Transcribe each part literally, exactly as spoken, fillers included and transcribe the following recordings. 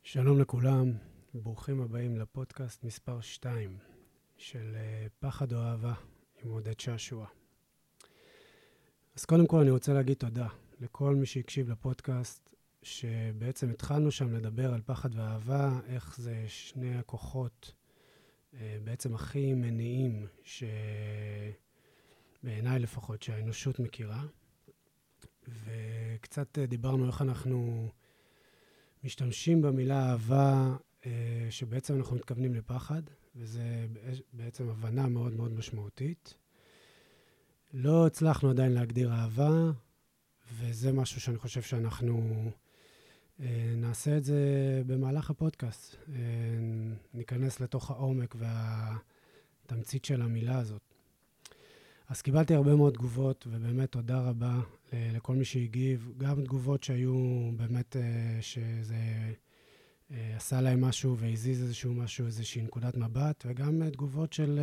שלום לכולם, ברוכים הבאים לפודקאסט מספר שתיים של uh, פחד או אהבה עם עודד שעשוע. אז קודם כל אני רוצה להגיד תודה לכל מי שהקשיב לפודקאסט, שבעצם התחלנו שם לדבר על פחד ואהבה, איך זה שני הכוחות uh, בעצם הכי מניעים שבעיניי לפחות שהאנושות מכירה, וקצת uh, דיברנו איך אנחנו משתמשים במילה אהבה, אה, שבעצם אנחנו מתכוונים לפחד, וזה בעצם הבנה מאוד מאוד משמעותית. לא הצלחנו עדיין להגדיר אהבה, וזה משהו שאני חושב שאנחנו אה, נעשה את זה במהלך הפודקאסט. אה, ניכנס לתוך העומק והתמצית של המילה הזאת. אז קיבלתי הרבה מאוד תגובות, ובאמת תודה רבה לכל מי שהגיב. גם תגובות שהיו באמת שזה עשה להם משהו והזיז איזשהו משהו, איזושהי נקודת מבט, וגם תגובות של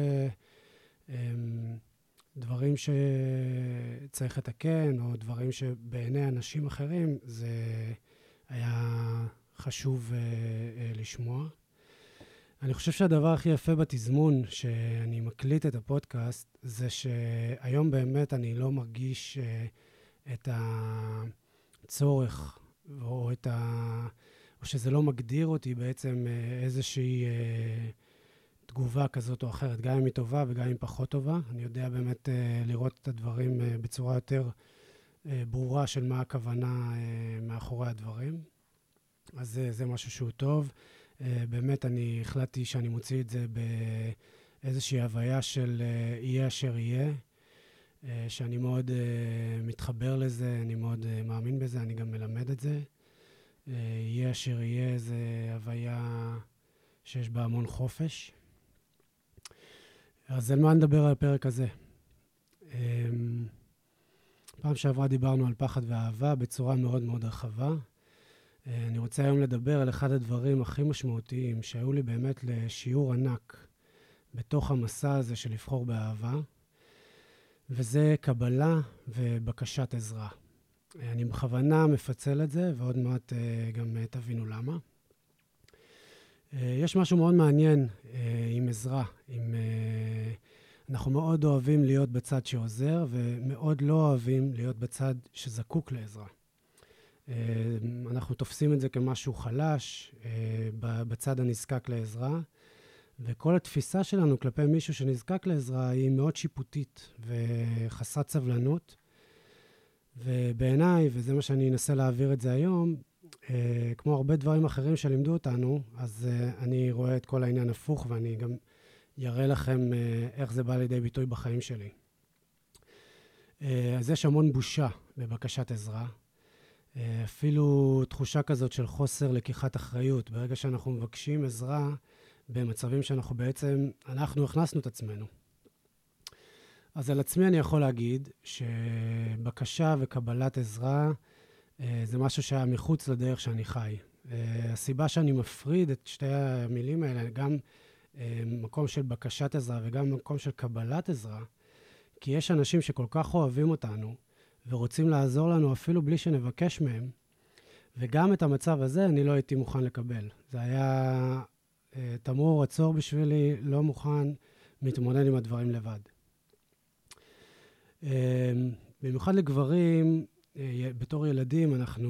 דברים שצריך לתקן, או דברים שבעיני אנשים אחרים זה היה חשוב לשמוע. אני חושב שהדבר הכי יפה בתזמון שאני מקליט את הפודקאסט, זה שהיום באמת אני לא מרגיש את הצורך, או, את ה... או שזה לא מגדיר אותי בעצם איזושהי תגובה כזאת או אחרת, גם אם היא טובה וגם אם פחות טובה. אני יודע באמת לראות את הדברים בצורה יותר ברורה של מה הכוונה מאחורי הדברים. אז זה, זה משהו שהוא טוב. Uh, באמת אני החלטתי שאני מוציא את זה באיזושהי הוויה של uh, יהיה אשר יהיה, uh, שאני מאוד uh, מתחבר לזה, אני מאוד uh, מאמין בזה, אני גם מלמד את זה. Uh, יהיה אשר יהיה זה הוויה שיש בה המון חופש. אז על מה נדבר על הפרק הזה? Um, פעם שעברה דיברנו על פחד ואהבה בצורה מאוד מאוד רחבה. אני רוצה היום לדבר על אחד הדברים הכי משמעותיים שהיו לי באמת לשיעור ענק בתוך המסע הזה של לבחור באהבה, וזה קבלה ובקשת עזרה. אני בכוונה מפצל את זה, ועוד מעט גם תבינו למה. יש משהו מאוד מעניין עם עזרה. עם... אנחנו מאוד אוהבים להיות בצד שעוזר, ומאוד לא אוהבים להיות בצד שזקוק לעזרה. אנחנו תופסים את זה כמשהו חלש, בצד הנזקק לעזרה, וכל התפיסה שלנו כלפי מישהו שנזקק לעזרה היא מאוד שיפוטית וחסרת סבלנות, ובעיניי, וזה מה שאני אנסה להעביר את זה היום, כמו הרבה דברים אחרים שלימדו אותנו, אז אני רואה את כל העניין הפוך, ואני גם יראה לכם איך זה בא לידי ביטוי בחיים שלי. אז יש המון בושה בבקשת עזרה, אפילו תחושה כזאת של חוסר לקיחת אחריות, ברגע שאנחנו מבקשים עזרה במצבים שאנחנו בעצם, אנחנו הכנסנו את עצמנו. אז על עצמי אני יכול להגיד שבקשה וקבלת עזרה זה משהו שהיה מחוץ לדרך שאני חי. הסיבה שאני מפריד את שתי המילים האלה, גם מקום של בקשת עזרה וגם מקום של קבלת עזרה, כי יש אנשים שכל כך אוהבים אותנו, ורוצים לעזור לנו אפילו בלי שנבקש מהם, וגם את המצב הזה אני לא הייתי מוכן לקבל. זה היה uh, תמרור עצור בשבילי, לא מוכן, מתמודד עם הדברים לבד. Uh, במיוחד לגברים, uh, בתור ילדים, אנחנו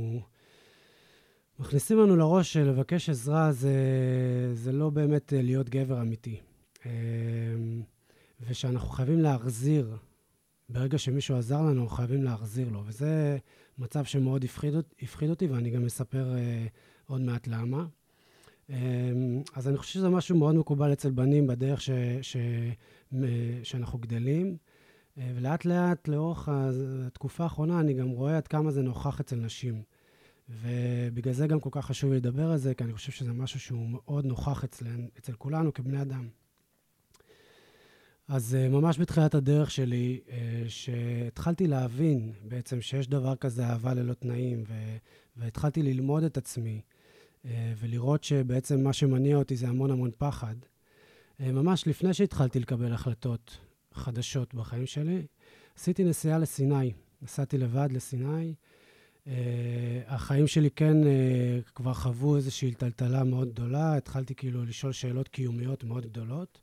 מכניסים לנו לראש שלבקש עזרה זה, זה לא באמת uh, להיות גבר אמיתי. Uh, ושאנחנו חייבים להחזיר, ברגע שמישהו עזר לנו, חייבים להחזיר לו, וזה מצב שמאוד הפחיד, הפחיד אותי, ואני גם אספר אה, עוד מעט למה. אה, אז אני חושב שזה משהו מאוד מקובל אצל בנים בדרך ש, ש, שאנחנו גדלים, אה, ולאט לאט לאורך התקופה האחרונה אני גם רואה עד כמה זה נוכח אצל נשים, ובגלל זה גם כל כך חשוב לדבר על זה, כי אני חושב שזה משהו שהוא מאוד נוכח אצל, אצל כולנו כבני אדם. אז ממש בתחילת הדרך שלי, שהתחלתי להבין בעצם שיש דבר כזה אהבה ללא תנאים, ו- והתחלתי ללמוד את עצמי, ולראות שבעצם מה שמניע אותי זה המון המון פחד. ממש לפני שהתחלתי לקבל החלטות חדשות בחיים שלי, עשיתי נסיעה לסיני. נסעתי לבד לסיני, Uh, החיים שלי כן uh, כבר חוו איזושהי טלטלה מאוד גדולה, התחלתי כאילו לשאול שאלות קיומיות מאוד גדולות,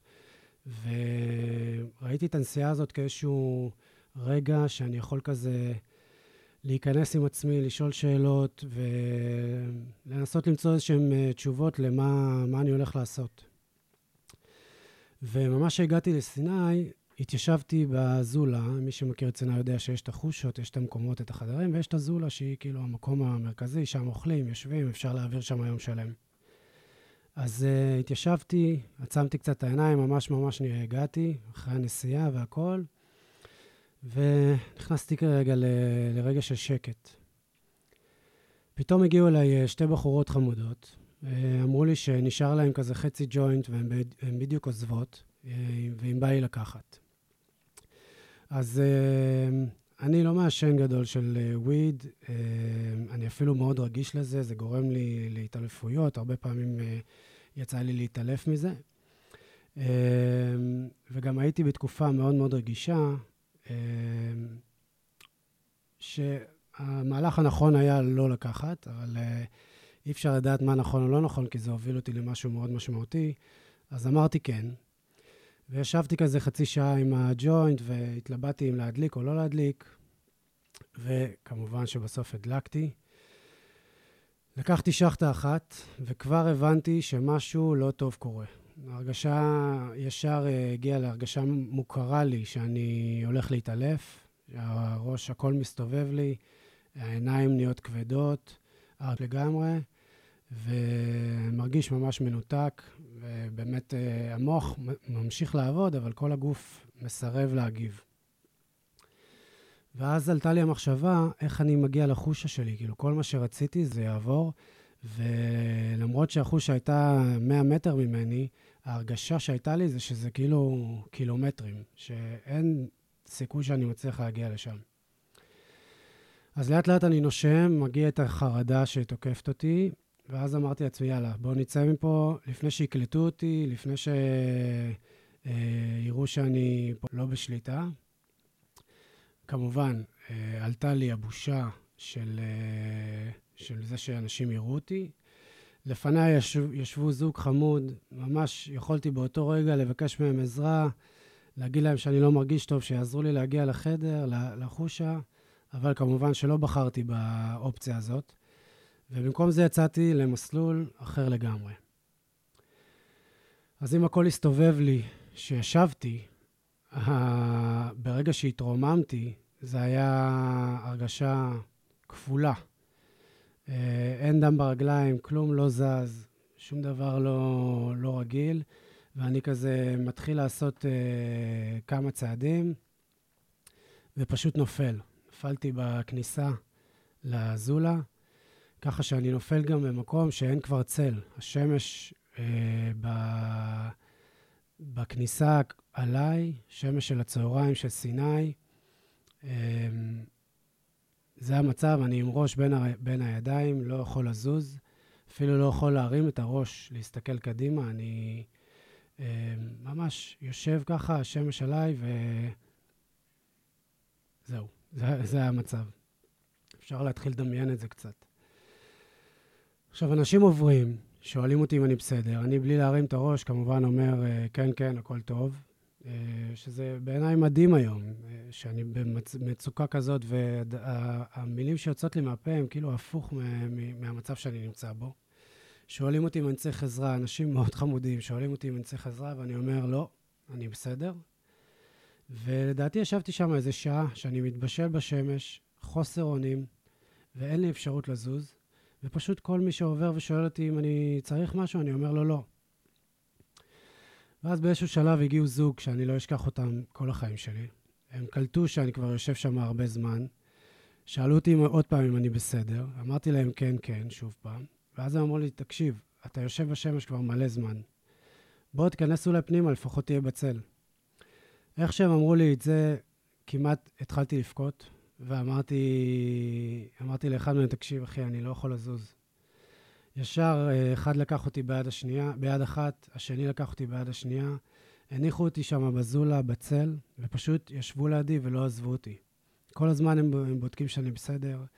וראיתי את הנסיעה הזאת כאיזשהו רגע שאני יכול כזה להיכנס עם עצמי, לשאול שאלות ולנסות למצוא איזשהם uh, תשובות למה מה אני הולך לעשות. וממש שהגעתי לסיני, התיישבתי בזולה. מי שמכיר את סיני יודע שיש את החושות, יש את המקומות, את החדרים, ויש את הזולה שהיא כאילו המקום המרכזי, שם אוכלים, יושבים, אפשר להעביר שם היום שלם. אז uh, התיישבתי, עצמתי קצת את העיניים, ממש ממש הגעתי, אחרי הנסיעה והכל, ונכנסתי כרגע ל- לרגע של שקט. פתאום הגיעו אליי שתי בחורות חמודות, אמרו לי שנשאר להם כזה חצי ג'וינט, והן ב- בדיוק עוזבות, ואם בא לי לקחת. אז uh, אני לא מעשן גדול של וויד, uh, uh, אני אפילו מאוד רגיש לזה, זה גורם לי להתעלפויות, הרבה פעמים uh, יצא לי להתעלף מזה. Uh, וגם הייתי בתקופה מאוד מאוד רגישה, uh, שהמהלך הנכון היה לא לקחת, אבל uh, אי אפשר לדעת מה נכון או לא נכון, כי זה הוביל אותי למשהו מאוד משמעותי, אז אמרתי כן. וישבתי כזה חצי שעה עם הג'וינט, והתלבטתי אם להדליק או לא להדליק, וכמובן שבסוף הדלקתי. לקחתי שחטה אחת, וכבר הבנתי שמשהו לא טוב קורה. ההרגשה ישר הגיעה להרגשה מוכרה לי, שאני הולך להתעלף, הראש הכל מסתובב לי, העיניים נהיות כבדות, ארט לגמרי, ומרגיש ממש מנותק, ובאמת המוח ממשיך לעבוד, אבל כל הגוף מסרב להגיב. ואז עלתה לי המחשבה, איך אני מגיע לחושה שלי, כאילו כל מה שרציתי זה יעבור, ולמרות שהחושה הייתה מאה מטר ממני, ההרגשה שהייתה לי זה שזה כאילו קילומטרים, שאין סיכוי שאני מצליח להגיע לשם. אז לאט לאט אני נושם, מגיע את החרדה שתוקפת אותי, ואז אמרתי לעצמי, יאללה, בואו נצא מפה, לפני שיקלטו אותי, לפני שיראו שאני לא בשליטה. כמובן, עלתה לי הבושה של, של זה שאנשים יראו אותי. לפניי ישב, ישבו זוג חמוד, ממש יכולתי באותו רגע לבקש מהם עזרה, להגיד להם שאני לא מרגיש טוב, שיעזרו לי להגיע לחדר, לחושה, אבל כמובן שלא בחרתי באופציה הזאת. ובמקום זה יצאתי למסלול אחר לגמרי. אז אם הכל הסתובב לי, שישבתי, ברגע שהתרוממתי, זה היה הרגשה כפולה. אין דם ברגליים, כלום לא זז, שום דבר לא, לא רגיל, ואני כזה מתחיל לעשות כמה צעדים, ופשוט נופל. נפלתי בכניסה לזולה, ככה שאני נופל גם במקום שאין כבר צל. השמש אה, ב... בכניסה עליי, שמש של הצהריים של סיני. אה, זה המצב, אני עם ראש בין, ה... בין הידיים, לא יכול לזוז, אפילו לא יכול להרים את הראש, להסתכל קדימה. אני אה, ממש יושב ככה, השמש עליי, וזהו, זה, זה המצב. אפשר להתחיל לדמיין את זה קצת. עכשיו, אנשים עוברים, שואלים אותי אם אני בסדר. אני בלי להרים את הראש, כמובן אומר, כן, כן, הכל טוב. שזה בעיניי מדהים היום, שאני במצוקה כזאת, והמילים שיוצאות לי מהפה הם כאילו הפוך מהמצב שאני נמצא בו. שואלים אותי אם אני צריך עזרה, אנשים מאוד חמודים, שואלים אותי אם אני צריך עזרה, ואני אומר, לא, אני בסדר. ולדעתי ישבתי שם איזה שעה, שאני מתבשל בשמש, חוסר אונים, ואין לי אפשרות לזוז. ופשוט כל מי שעובר ושואל אותי אם אני צריך משהו, אני אומר לו לא. ואז באיזשהו שלב הגיעו זוג שאני לא אשכח אותם כל החיים שלי. הם קלטו שאני כבר יושב שם הרבה זמן. שאלו אותי עוד פעם אם אני בסדר. אמרתי להם כן, כן, שוב פעם. ואז הם אמרו לי, תקשיב, אתה יושב בשמש כבר מלא זמן. בוא תכנס אולי פנימה, לפחות תהיה בצל. איך שהם אמרו לי את זה, כמעט התחלתי לפקוט. ואמרתי, אמרתי לאחד מהם, תקשיב, אחי, אני לא יכול לזוז. ישר, אחד לקח אותי ביד השנייה, ביד אחת, השני לקח אותי ביד השנייה, הניחו אותי שם בזולה, בצל, ופשוט ישבו לידי ולא עזבו אותי. כל הזמן הם, הם בודקים שאני בסדר,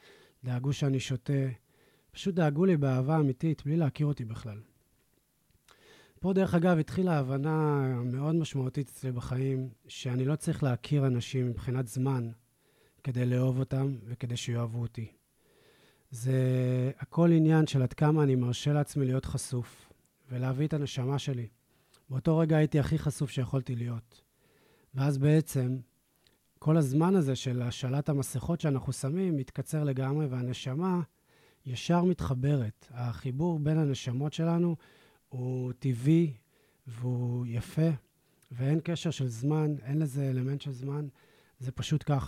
דאגו שאני שותה, פשוט דאגו לי באהבה אמיתית, בלי להכיר אותי בכלל. פה דרך אגב התחילה הבנה מאוד משמעותית אצלי בחיים, שאני לא צריך להכיר אנשים מבחינת זמן, כדי לאהוב אותם וכדי שיאהבו אותי. זה הכל עניין של עד כמה אני מרשה לעצמי להיות חשוף, ולהביא את הנשמה שלי. באותו רגע הייתי הכי חשוף שיכולתי להיות. ואז בעצם, כל הזמן הזה של השאלת המסכות שאנחנו שמים, מתקצר לגמרי, והנשמה ישר מתחברת. החיבור בין הנשמות שלנו הוא טבעי, והוא יפה, ואין קשר של זמן, אין לזה אלמנט של זמן, זה פשוט ככה.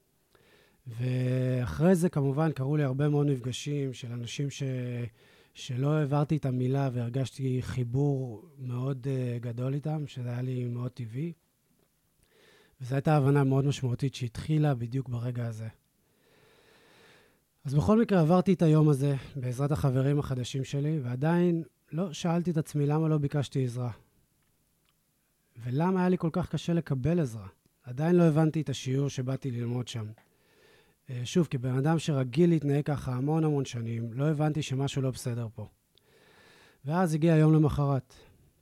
ואחרי זה כמובן קראו לי הרבה מאוד מפגשים של אנשים ש... שלא העברתי את המילה והרגשתי חיבור מאוד uh, גדול איתם, שזה היה לי מאוד טבעי. וזו הייתה הבנה מאוד משמעותית שהתחילה בדיוק ברגע הזה. אז בכל מקרה עברתי את היום הזה בעזרת החברים החדשים שלי, ועדיין לא שאלתי את עצמי למה לא ביקשתי עזרה. ולמה היה לי כל כך קשה לקבל עזרה. עדיין לא הבנתי את השיעור שבאתי ללמוד שם. שוב, כבן אדם שרגיל להתנהג ככה המון המון שנים, לא הבנתי שמשהו לא בסדר פה. ואז הגיע היום למחרת.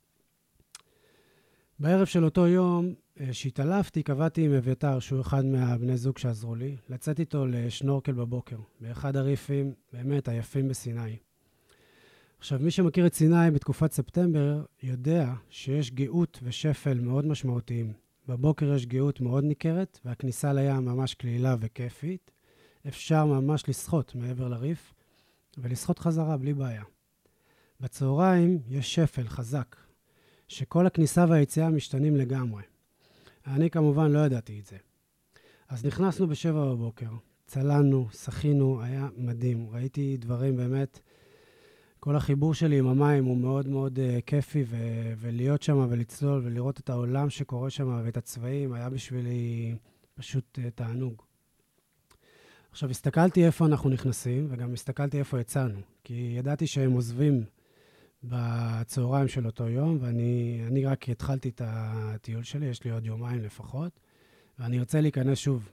בערב של אותו יום שהתעלפתי, קבעתי עם אביתר, שהוא אחד מהבני זוג שעזרו לי, לצאת איתו לשנורקל בבוקר, באחד הריפים באמת היפים בסיני. עכשיו, מי שמכיר את סיני בתקופת ספטמבר, יודע שיש גאות ושפל מאוד משמעותיים. בבוקר יש גאות מאוד ניכרת, והכניסה לים ממש כלילה וכיפית. אפשר ממש לשחות מעבר לריף, ולשחות חזרה בלי בעיה. בצהריים יש שפל חזק, שכל הכניסה והיציאה משתנים לגמרי. אני כמובן לא ידעתי את זה. אז נכנסנו בשבע בבוקר, צללנו, שחינו, היה מדהים. ראיתי דברים באמת, כל החיבור שלי עם המים הוא מאוד מאוד uh, כיפי, ו- ולהיות שם ולצלול ולראות את העולם שקורה שם ואת הצבעים, היה בשבילי פשוט uh, תענוג. עכשיו, הסתכלתי איפה אנחנו נכנסים, וגם הסתכלתי איפה יצאנו, כי ידעתי שהם עוזבים בצהריים של אותו יום, ואני אני רק התחלתי את הטיול שלי, יש לי עוד יומיים לפחות, ואני ארצה להיכנס שוב.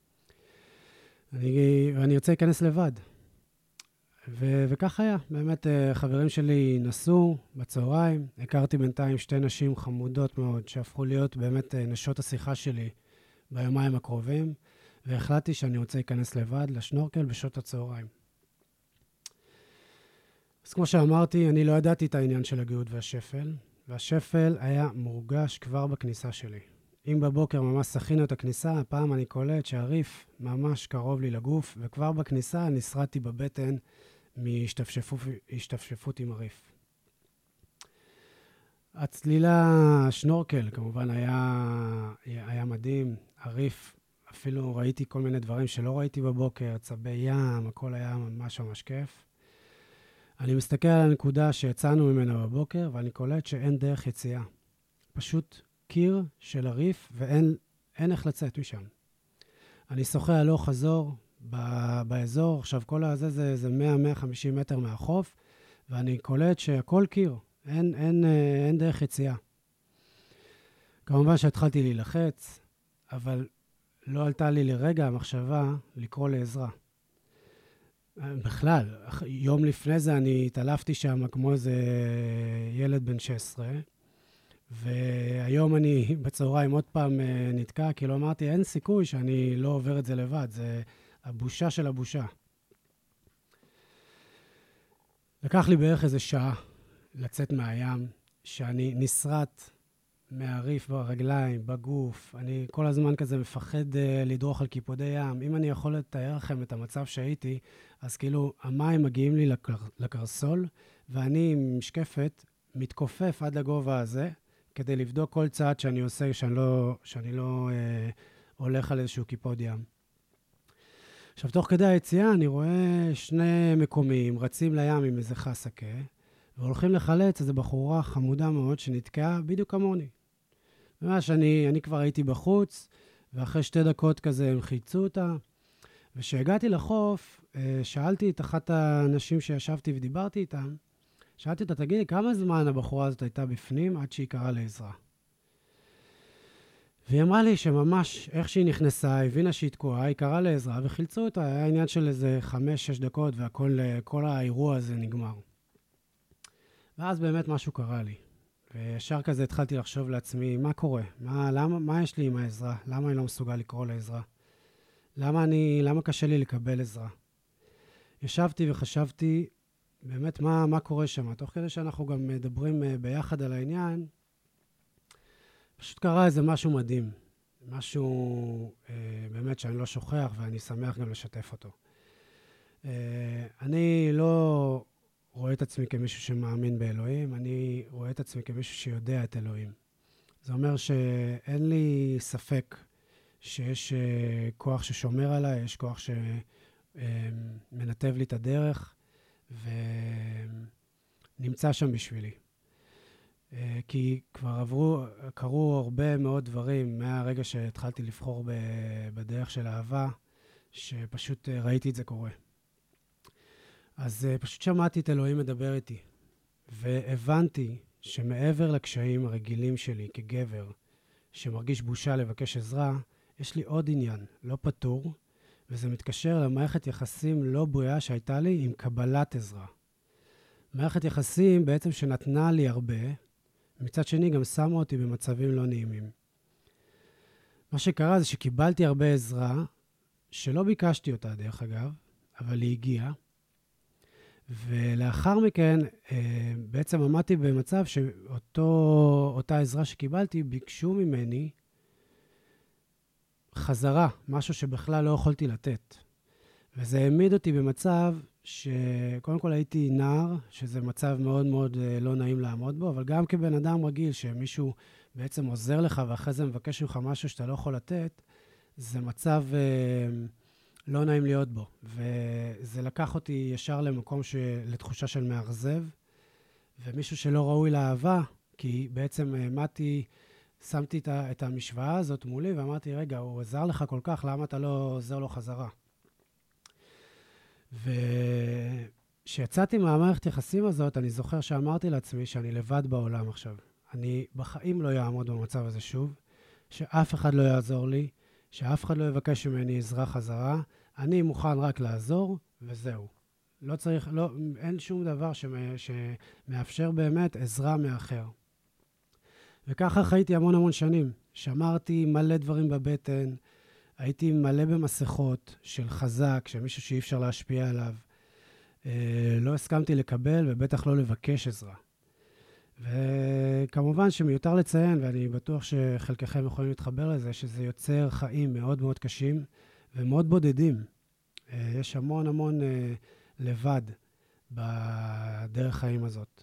אני, ואני ארצה להיכנס לבד. ו- וכך היה, באמת חברים שלי נסעו בצהריים, הכרתי בינתיים שתי נשים חמודות מאוד, שהפכו להיות באמת נשות השיחה שלי ביומיים הקרובים, והחלטתי שאני רוצה להיכנס לבד לשנורקל בשעות הצהריים. אז כמו שאמרתי, אני לא ידעתי את העניין של הגאות והשפל, והשפל היה מורגש כבר בכניסה שלי. אם בבוקר ממש שחינו את הכניסה, הפעם אני קולט שהריף ממש קרוב לי לגוף, וכבר בכניסה נשרדתי בבטן מהשתפשפות עם הריף. הצלילה שנורקל כמובן היה, היה מדהים, הריף, אפילו ראיתי כל מיני דברים שלא ראיתי בבוקר, צבי ים, הכל היה ממש ממש כיף. אני מסתכל על הנקודה שיצאנו ממנה בבוקר, ואני קולט שאין דרך יציאה. פשוט קיר של הריף, ואין אין איך לצאת משם. אני שוחה הלוך חזור ב- באזור, עכשיו כל הזה זה, זה מאה עד מאה וחמישים מטר מהחוף, ואני קולט שהכל קיר, אין, אין, אין דרך יציאה. כמובן שהתחלתי להילחץ, אבל לא עלתה לי לרגע המחשבה לקרוא לעזרה. בכלל, יום לפני זה אני התעלפתי שם כמו איזה ילד בן שש עשרה, והיום אני בצהריים עוד פעם נתקע, כי לא אמרתי, אין סיכוי שאני לא עובר את זה לבד, זה הבושה של הבושה. לקח לי בערך איזה שעה לצאת מהים, שאני נשרט מהריף ברגליים, בגוף, אני כל הזמן כזה מפחד uh, לדרוך על קיפודי ים. אם אני יכול לתאר לכם את המצב שהייתי, אז כאילו המים מגיעים לי לקר, לקרסול, ואני עם משקפת מתכופף עד לגובה הזה, כדי לבדוק כל צעד שאני עושה, שאני לא, שאני לא uh, הולך על איזשהו קיפוד ים. עכשיו, תוך כדי היציאה אני רואה שני מקומים רצים לים עם איזה חסקה, והולכים לחלץ איזו בחורה חמודה מאוד שנתקעה בדיוק כמוני. ממש, אני, אני כבר הייתי בחוץ, ואחרי שתי דקות כזה הם חילצו אותה. וכשהגעתי לחוף, שאלתי את אחת האנשים שישבתי ודיברתי איתם, שאלתי אותה, תגידי, כמה זמן הבחורה הזאת הייתה בפנים עד שהיא קראה לעזרה? והיא אמרה לי שממש איך שהיא נכנסה, הבינה שהיא תקועה, היא קראה לעזרה וחילצו אותה. היה עניין של איזה חמש, שש דקות והכל, כל האירוע הזה נגמר. ואז באמת משהו קרה לי. וישר כזה התחלתי לחשוב לעצמי, מה קורה? מה, למה, מה יש לי עם העזרה? למה אני לא מסוגל לקרוא לעזרה? למה אני, למה קשה לי לקבל עזרה? ישבתי וחשבתי באמת מה, מה קורה שם. תוך כדי שאנחנו גם מדברים ביחד על העניין, פשוט קרה איזה משהו מדהים. משהו אה, באמת שאני לא שוכח ואני שמח גם לשתף אותו. אה, אני לא רואה את עצמי כמישהו שמאמין באלוהים, אני רואה את עצמי כמישהו שיודע את אלוהים. זה אומר שאין לי ספק שיש אה, כוח ששומר עליי, יש כוח שמנתב לי את הדרך ונמצא שם בשבילי. כי כבר עברו, קרו הרבה מאוד דברים מהרגע שהתחלתי לבחור בדרך של אהבה, שפשוט ראיתי את זה קורה. אז פשוט שמעתי את אלוהים מדבר איתי, והבנתי שמעבר לקשיים הרגילים שלי כגבר, שמרגיש בושה לבקש עזרה, יש לי עוד עניין, לא פתור, וזה מתקשר למערכת יחסים לא בריאה שהייתה לי עם קבלת עזרה. מערכת יחסים בעצם שנתנה לי הרבה, מצד שני גם שמה אותי במצבים לא נעימים. מה שקרה זה שקיבלתי הרבה עזרה, שלא ביקשתי אותה דרך אגב, אבל היא הגיעה, ולאחר מכן בעצם עמדתי במצב שאותה עזרה שקיבלתי ביקשו ממני חזרה, משהו שבכלל לא יכולתי לתת. וזה העמיד אותי במצב שקודם כל הייתי נער, שזה מצב מאוד מאוד לא נעים לעמוד בו, אבל גם כבן אדם רגיל שמישהו בעצם עוזר לך ואחרי זה מבקש ממך משהו שאתה לא יכול לתת, זה מצב אה, לא נעים להיות בו. וזה לקח אותי ישר למקום ש... לתחושה של מאכזב, ומישהו שלא ראוי לאהבה, כי בעצם העמדתי, שמתי את, ה... את המשוואה הזאת מולי ואמרתי, רגע, הוא עזר לך כל כך, למה אתה לא עוזר לו חזרה? וכשיצאתי מהמערכת יחסים הזאת, אני זוכר שאמרתי לעצמי שאני לבד בעולם עכשיו. אני בחיים לא יעמוד במצב הזה שוב, שאף אחד לא יעזור לי, שאף אחד לא יבקש ממני עזרה חזרה, אני מוכן רק לעזור, וזהו. לא צריך, לא, אין שום דבר שמא, שמאפשר באמת עזרה מאחר. וככה חייתי המון המון שנים. שמרתי מלא דברים בבטן, הייתי מלא במסכות של חזק, של מישהו שאי אפשר להשפיע עליו. לא הסכמתי לקבל ובטח לא לבקש עזרה. וכמובן שמיותר לציין, ואני בטוח שחלקכם יכולים להתחבר לזה, שזה יוצר חיים מאוד מאוד קשים ומאוד בודדים. יש המון המון לבד בדרך חיים הזאת.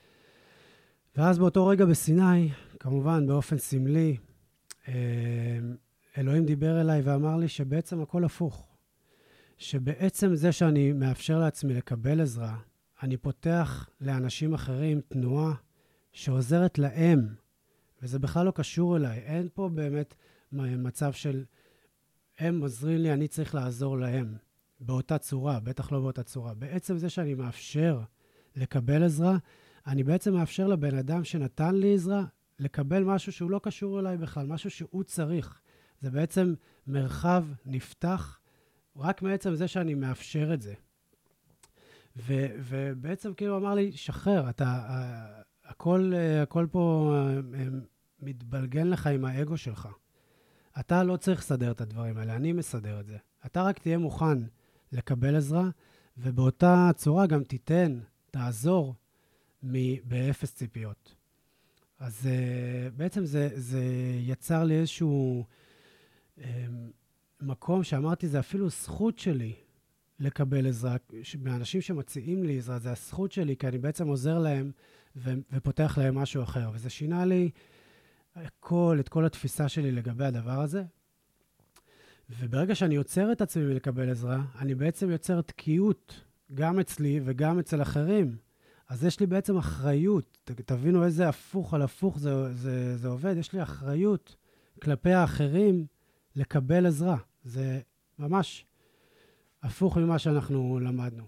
ואז באותו רגע בסיני, כמובן באופן סמלי, אלוהים דיבר אליי ואמר לי שבעצם הכל הפוך. שבעצם זה שאני מאפשר לעצמי לקבל עזרה, אני פותח לאנשים אחרים תנועה שעוזרת להם, וזה בכלל לא קשור אליי. אין פה באמת מצב של הם עוזרים לי, אני צריך לעזור להם. באותה צורה, בטח לא באותה צורה. בעצם זה שאני מאפשר לקבל עזרה, אני בעצם מאפשר לבן אדם שנתן לי עזרה, לקבל משהו שהוא לא קשור אליי בכלל, משהו שהוא צריך. זה בעצם מרחב נפתח, רק מעצם זה שאני מאפשר את זה. ו, ובעצם כאילו אמר לי, שחרר, אתה, הכל, הכל פה מתבלגן לך עם האגו שלך. אתה לא צריך לסדר את הדברים האלה, אני מסדר את זה. אתה רק תהיה מוכן לקבל עזרה, ובאותה צורה גם תיתן, תעזור באפס ציפיות. אז uh, בעצם זה, זה יצר לי איזשהו um, מקום שאמרתי, זה אפילו זכות שלי לקבל עזרה. מאנשים שמציעים לי עזרה, זה הזכות שלי, כי אני בעצם עוזר להם ו- ופותח להם משהו אחר. וזה שינה לי כל, את כל התפיסה שלי לגבי הדבר הזה. וברגע שאני יוצר את עצמי מלקבל עזרה, אני בעצם יוצר תקיעות גם אצלי וגם אצל אחרים. אז יש לי בעצם אחריות, ת, תבינו איזה הפוך על הפוך זה, זה, זה עובד, יש לי אחריות כלפי האחרים לקבל עזרה. זה ממש הפוך ממה שאנחנו למדנו.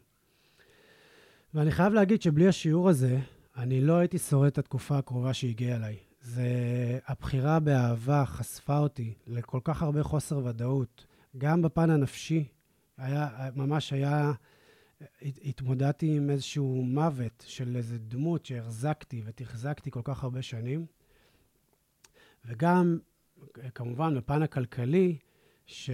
ואני חייב להגיד שבלי השיעור הזה, אני לא הייתי שורד את התקופה הקרובה שהגיעה אליי. זה הבחירה באהבה חשפה אותי לכל כך הרבה חוסר ודאות. גם בפן הנפשי, היה, ממש היה, הת- התמודדתי עם איזשהו מוות של איזו דמות שהחזקתי ותחזקתי כל כך הרבה שנים. וגם, כמובן, בפן הכלכלי, ש...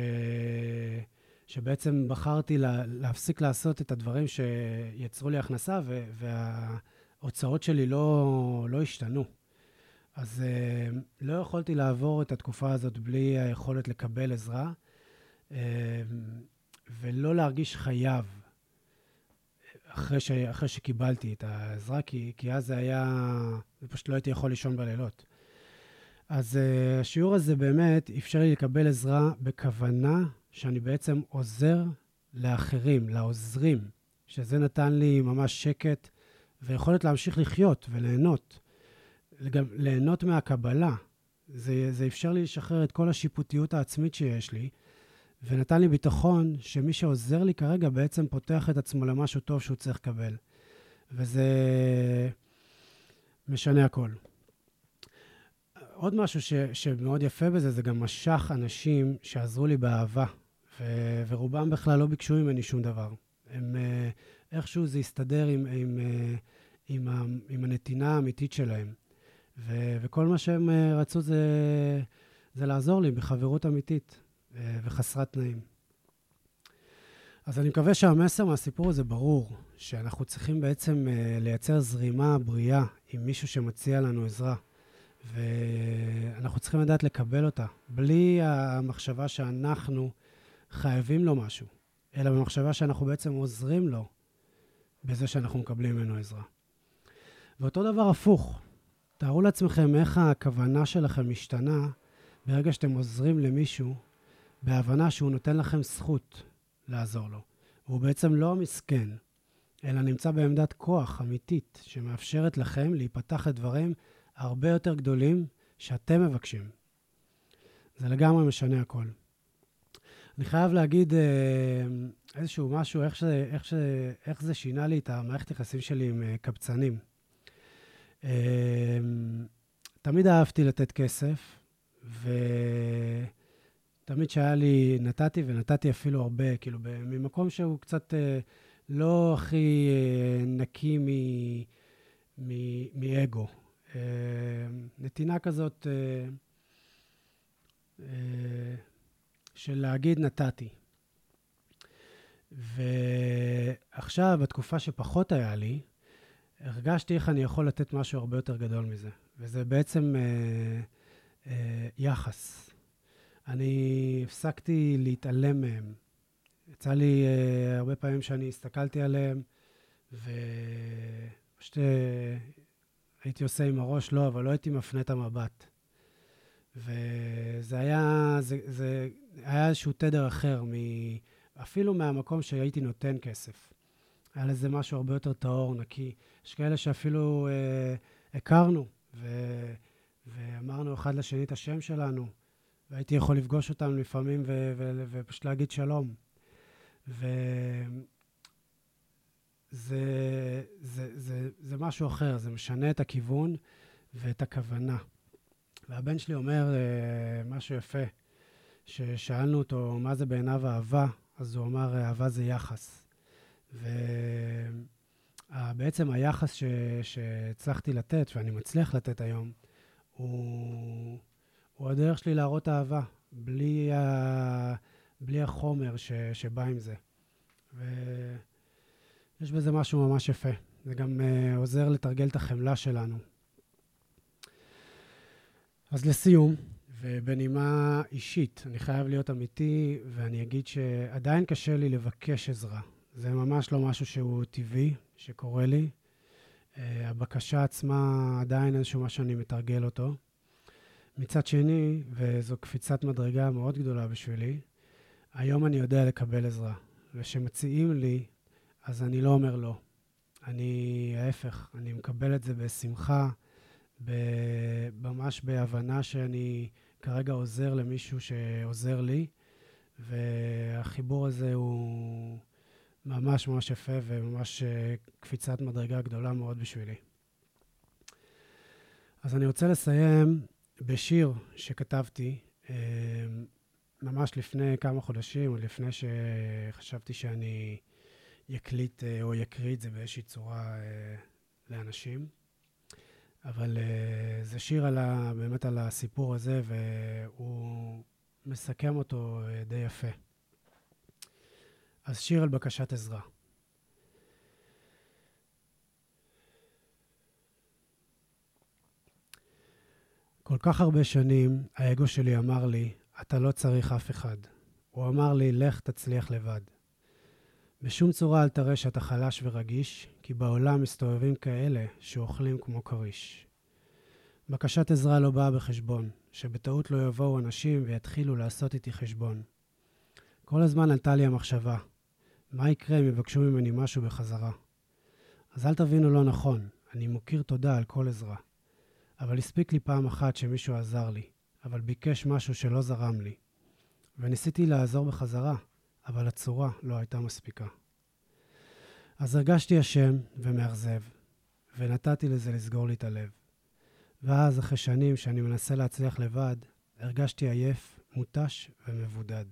שבעצם בחרתי לה... להפסיק לעשות את הדברים שיצרו לי הכנסה, ו... וההוצאות שלי לא, לא השתנו. אז uh, לא יכולתי לעבור את התקופה הזאת בלי היכולת לקבל עזרה, uh, ולא להרגיש חייב אחרי, ש... אחרי שקיבלתי את העזרה, כי, כי אז זה היה, פשוט לא הייתי יכול לישון בלילות. אז uh, השיעור הזה באמת אפשר לי לקבל עזרה בכוונה שאני בעצם עוזר לאחרים, לעוזרים, שזה נתן לי ממש שקט ויכולת להמשיך לחיות וליהנות. גם ליהנות מהקבלה. זה, זה אפשר לי לשחרר את כל השיפוטיות העצמית שיש לי, ונתן לי ביטחון שמי שעוזר לי כרגע בעצם פותח את עצמו למשהו טוב שהוא צריך לקבל. וזה משנה הכל. עוד משהו ש, שמאוד יפה בזה, זה גם משך אנשים שעזרו לי באהבה, ו, ורובם בכלל לא ביקשו ממני שום דבר. הם, איכשהו זה הסתדר עם, עם, עם, עם, עם הנתינה האמיתית שלהם. ו, וכל מה שהם רצו זה, זה לעזור לי בחברות אמיתית וחסרת תנאים. אז אני מקווה שהמסר מהסיפור הזה ברור, שאנחנו צריכים בעצם לייצר זרימה בריאה עם מישהו שמציע לנו עזרה. ואנחנו צריכים לדעת לקבל אותה, בלי המחשבה שאנחנו חייבים לו משהו, אלא במחשבה שאנחנו בעצם עוזרים לו בזה שאנחנו מקבלים ממנו עזרה. ואותו דבר הפוך, תארו לעצמכם איך הכוונה שלכם משתנה ברגע שאתם עוזרים למישהו בהבנה שהוא נותן לכם זכות לעזור לו. הוא בעצם לא מסכן, אלא נמצא בעמדת כוח אמיתית שמאפשרת לכם להיפתח לדברים הרבה יותר גדולים שאתם מבקשים. זה לגמרי משנה הכל. אני חייב להגיד איזשהו משהו, איך, ש, איך, ש, איך זה שינה לי את המערכת יחסים שלי עם קבצנים. תמיד אהבתי לתת כסף, ותמיד שהיה לי, נתתי ונתתי אפילו הרבה, כאילו ממקום שהוא קצת לא הכי נקי מ, מ, מאגו. Uh, נתינה כזאת uh, uh, של להגיד נתתי. ועכשיו, בתקופה שפחות היה לי, הרגשתי איך אני יכול לתת משהו הרבה יותר גדול מזה. וזה בעצם uh, uh, יחס. אני הפסקתי להתעלם מהם. יצא לי uh, הרבה פעמים שאני הסתכלתי עליהם, ופשוט... Uh, הייתי עושה עם הראש, לא, אבל לא הייתי מפנה את המבט. וזה היה, זה, זה היה איזשהו תדר אחר, מ, אפילו מהמקום שהייתי נותן כסף. היה לזה משהו הרבה יותר טהור, נקי. יש כאלה שאפילו אה, הכרנו, ו, ואמרנו אחד לשני את השם שלנו, והייתי יכול לפגוש אותם לפעמים ו, ו, ופשוט להגיד שלום. ו... זה, זה, זה, זה משהו אחר, זה משנה את הכיוון ואת הכוונה. והבן שלי אומר uh, משהו יפה, ששאלנו אותו מה זה בעיניו אהבה, אז הוא אמר, אהבה זה יחס. ובעצם היחס ש, שהצלחתי לתת, ואני מצליח לתת היום, הוא, הוא הדרך שלי להראות אהבה, בלי, ה, בלי החומר ש, שבא עם זה. ו... יש בזה משהו ממש יפה. זה גם uh, עוזר לתרגל את החמלה שלנו. אז לסיום, ובנימה אישית, אני חייב להיות אמיתי, ואני אגיד שעדיין קשה לי לבקש עזרה. זה ממש לא משהו שהוא טבעי, שקורה לי. Uh, הבקשה עצמה עדיין איזשהו מה שאני מתרגל אותו. מצד שני, וזו קפיצת מדרגה מאוד גדולה בשבילי, היום אני יודע לקבל עזרה. ושמציעים לי, אז אני לא אומר לא. אני, ההפך, אני מקבל את זה בשמחה, ממש בהבנה שאני כרגע עוזר למישהו שעוזר לי, והחיבור הזה הוא ממש ממש יפה וממש קפיצת מדרגה גדולה מאוד בשבילי. אז אני רוצה לסיים בשיר שכתבתי, ממש לפני כמה חודשים, או לפני שחשבתי שאני יקליט או יקריא את זה באיזושהי צורה לאנשים. אבל זה שיר על ה, באמת על הסיפור הזה, והוא מסכם אותו די יפה. אז שיר על בקשת עזרה. כל כך הרבה שנים האגו שלי אמר לי, אתה לא צריך אף אחד. הוא אמר לי, לך תצליח לבד. בשום צורה אל תראה שאתה חלש ורגיש, כי בעולם מסתובבים כאלה שאוכלים כמו קריש. בקשת עזרה לא באה בחשבון, שבטעות לא יבואו אנשים ויתחילו לעשות איתי חשבון. כל הזמן עלתה לי המחשבה, מה יקרה אם יבקשו ממני משהו בחזרה? אז אל תבינו לא נכון, אני מוקיר תודה על כל עזרה. אבל הספיק לי פעם אחת שמישהו עזר לי, אבל ביקש משהו שלא זרם לי. וניסיתי לעזור בחזרה, אבל הצורה לא הייתה מספיקה. אז הרגשתי אשם ומאכזב, ונתתי לזה לסגור לי את הלב. ואז אחרי שנים שאני מנסה להצליח לבד, הרגשתי עייף, מוטש ומבודד.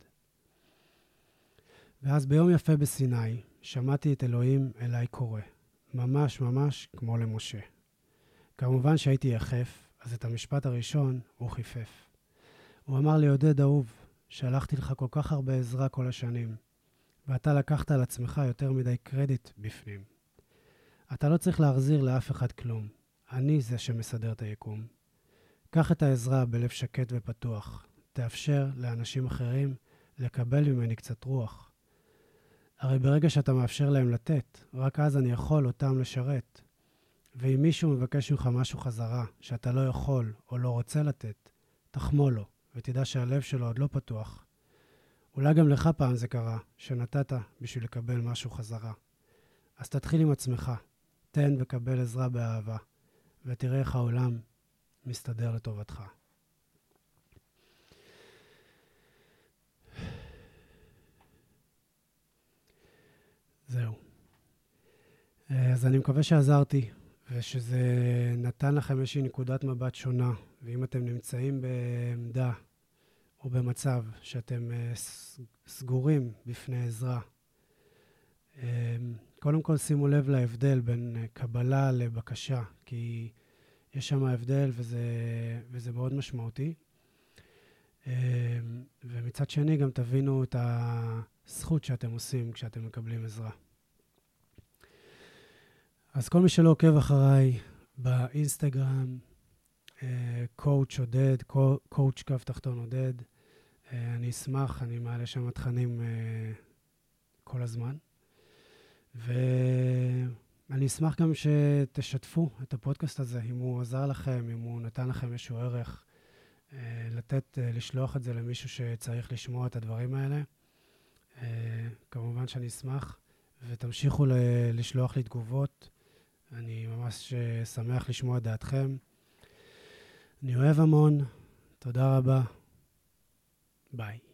ואז ביום יפה בסיני, שמעתי את אלוהים אליי קורא, ממש ממש כמו למשה. כמובן שהייתי יחף, אז את המשפט הראשון הוא חיפף. הוא אמר לי, עודד אהוב, שלחתי לך כל כך הרבה עזרה כל השנים, ואתה לקחת על עצמך יותר מדי קרדיט בפנים. אתה לא צריך להחזיר לאף אחד כלום, אני זה שמסדר את היקום. קח את העזרה בלב שקט ופתוח, תאפשר לאנשים אחרים לקבל ממני קצת רוח. הרי ברגע שאתה מאפשר להם לתת, רק אז אני יכול אותם לשרת. ואם מישהו מבקש ממך משהו חזרה, שאתה לא יכול או לא רוצה לתת, תחמול לו, ותדע שהלב שלו עוד לא פתוח. אולי גם לך פעם זה קרה, שנתת בשביל לקבל משהו חזרה. אז תתחיל עם עצמך, תן וקבל עזרה באהבה, ותראה איך העולם מסתדר לטובתך. זהו. אז אני מקווה שעזרתי, ושזה נתן לכם איזושהי נקודת מבט שונה, ואם אתם נמצאים בעמדה או במצב שאתם סגורים בפני עזרה, קודם כל שימו לב להבדל בין קבלה לבקשה, כי יש שם הבדל וזה, וזה מאוד משמעותי. ומצד שני גם תבינו את הזכות שאתם עושים כשאתם מקבלים עזרה. אז כל מי שלא עוקב אחריי באינסטגרם, קואוץ' עודד, קואוץ' קו תחתון עודד, אני אשמח, אני מעלה שם תכנים כל הזמן. ואני אשמח גם שתשתפו את הפודקאסט הזה, אם הוא עזר לכם, אם הוא נתן לכם איזשהו ערך, לתת, לשלוח את זה למישהו שצריך לשמוע את הדברים האלה. כמובן שאני אשמח, ותמשיכו לשלוח לי תגובות. אני ממש שמח לשמוע את דעתכם. אני אוהב המון. תודה רבה. ביי.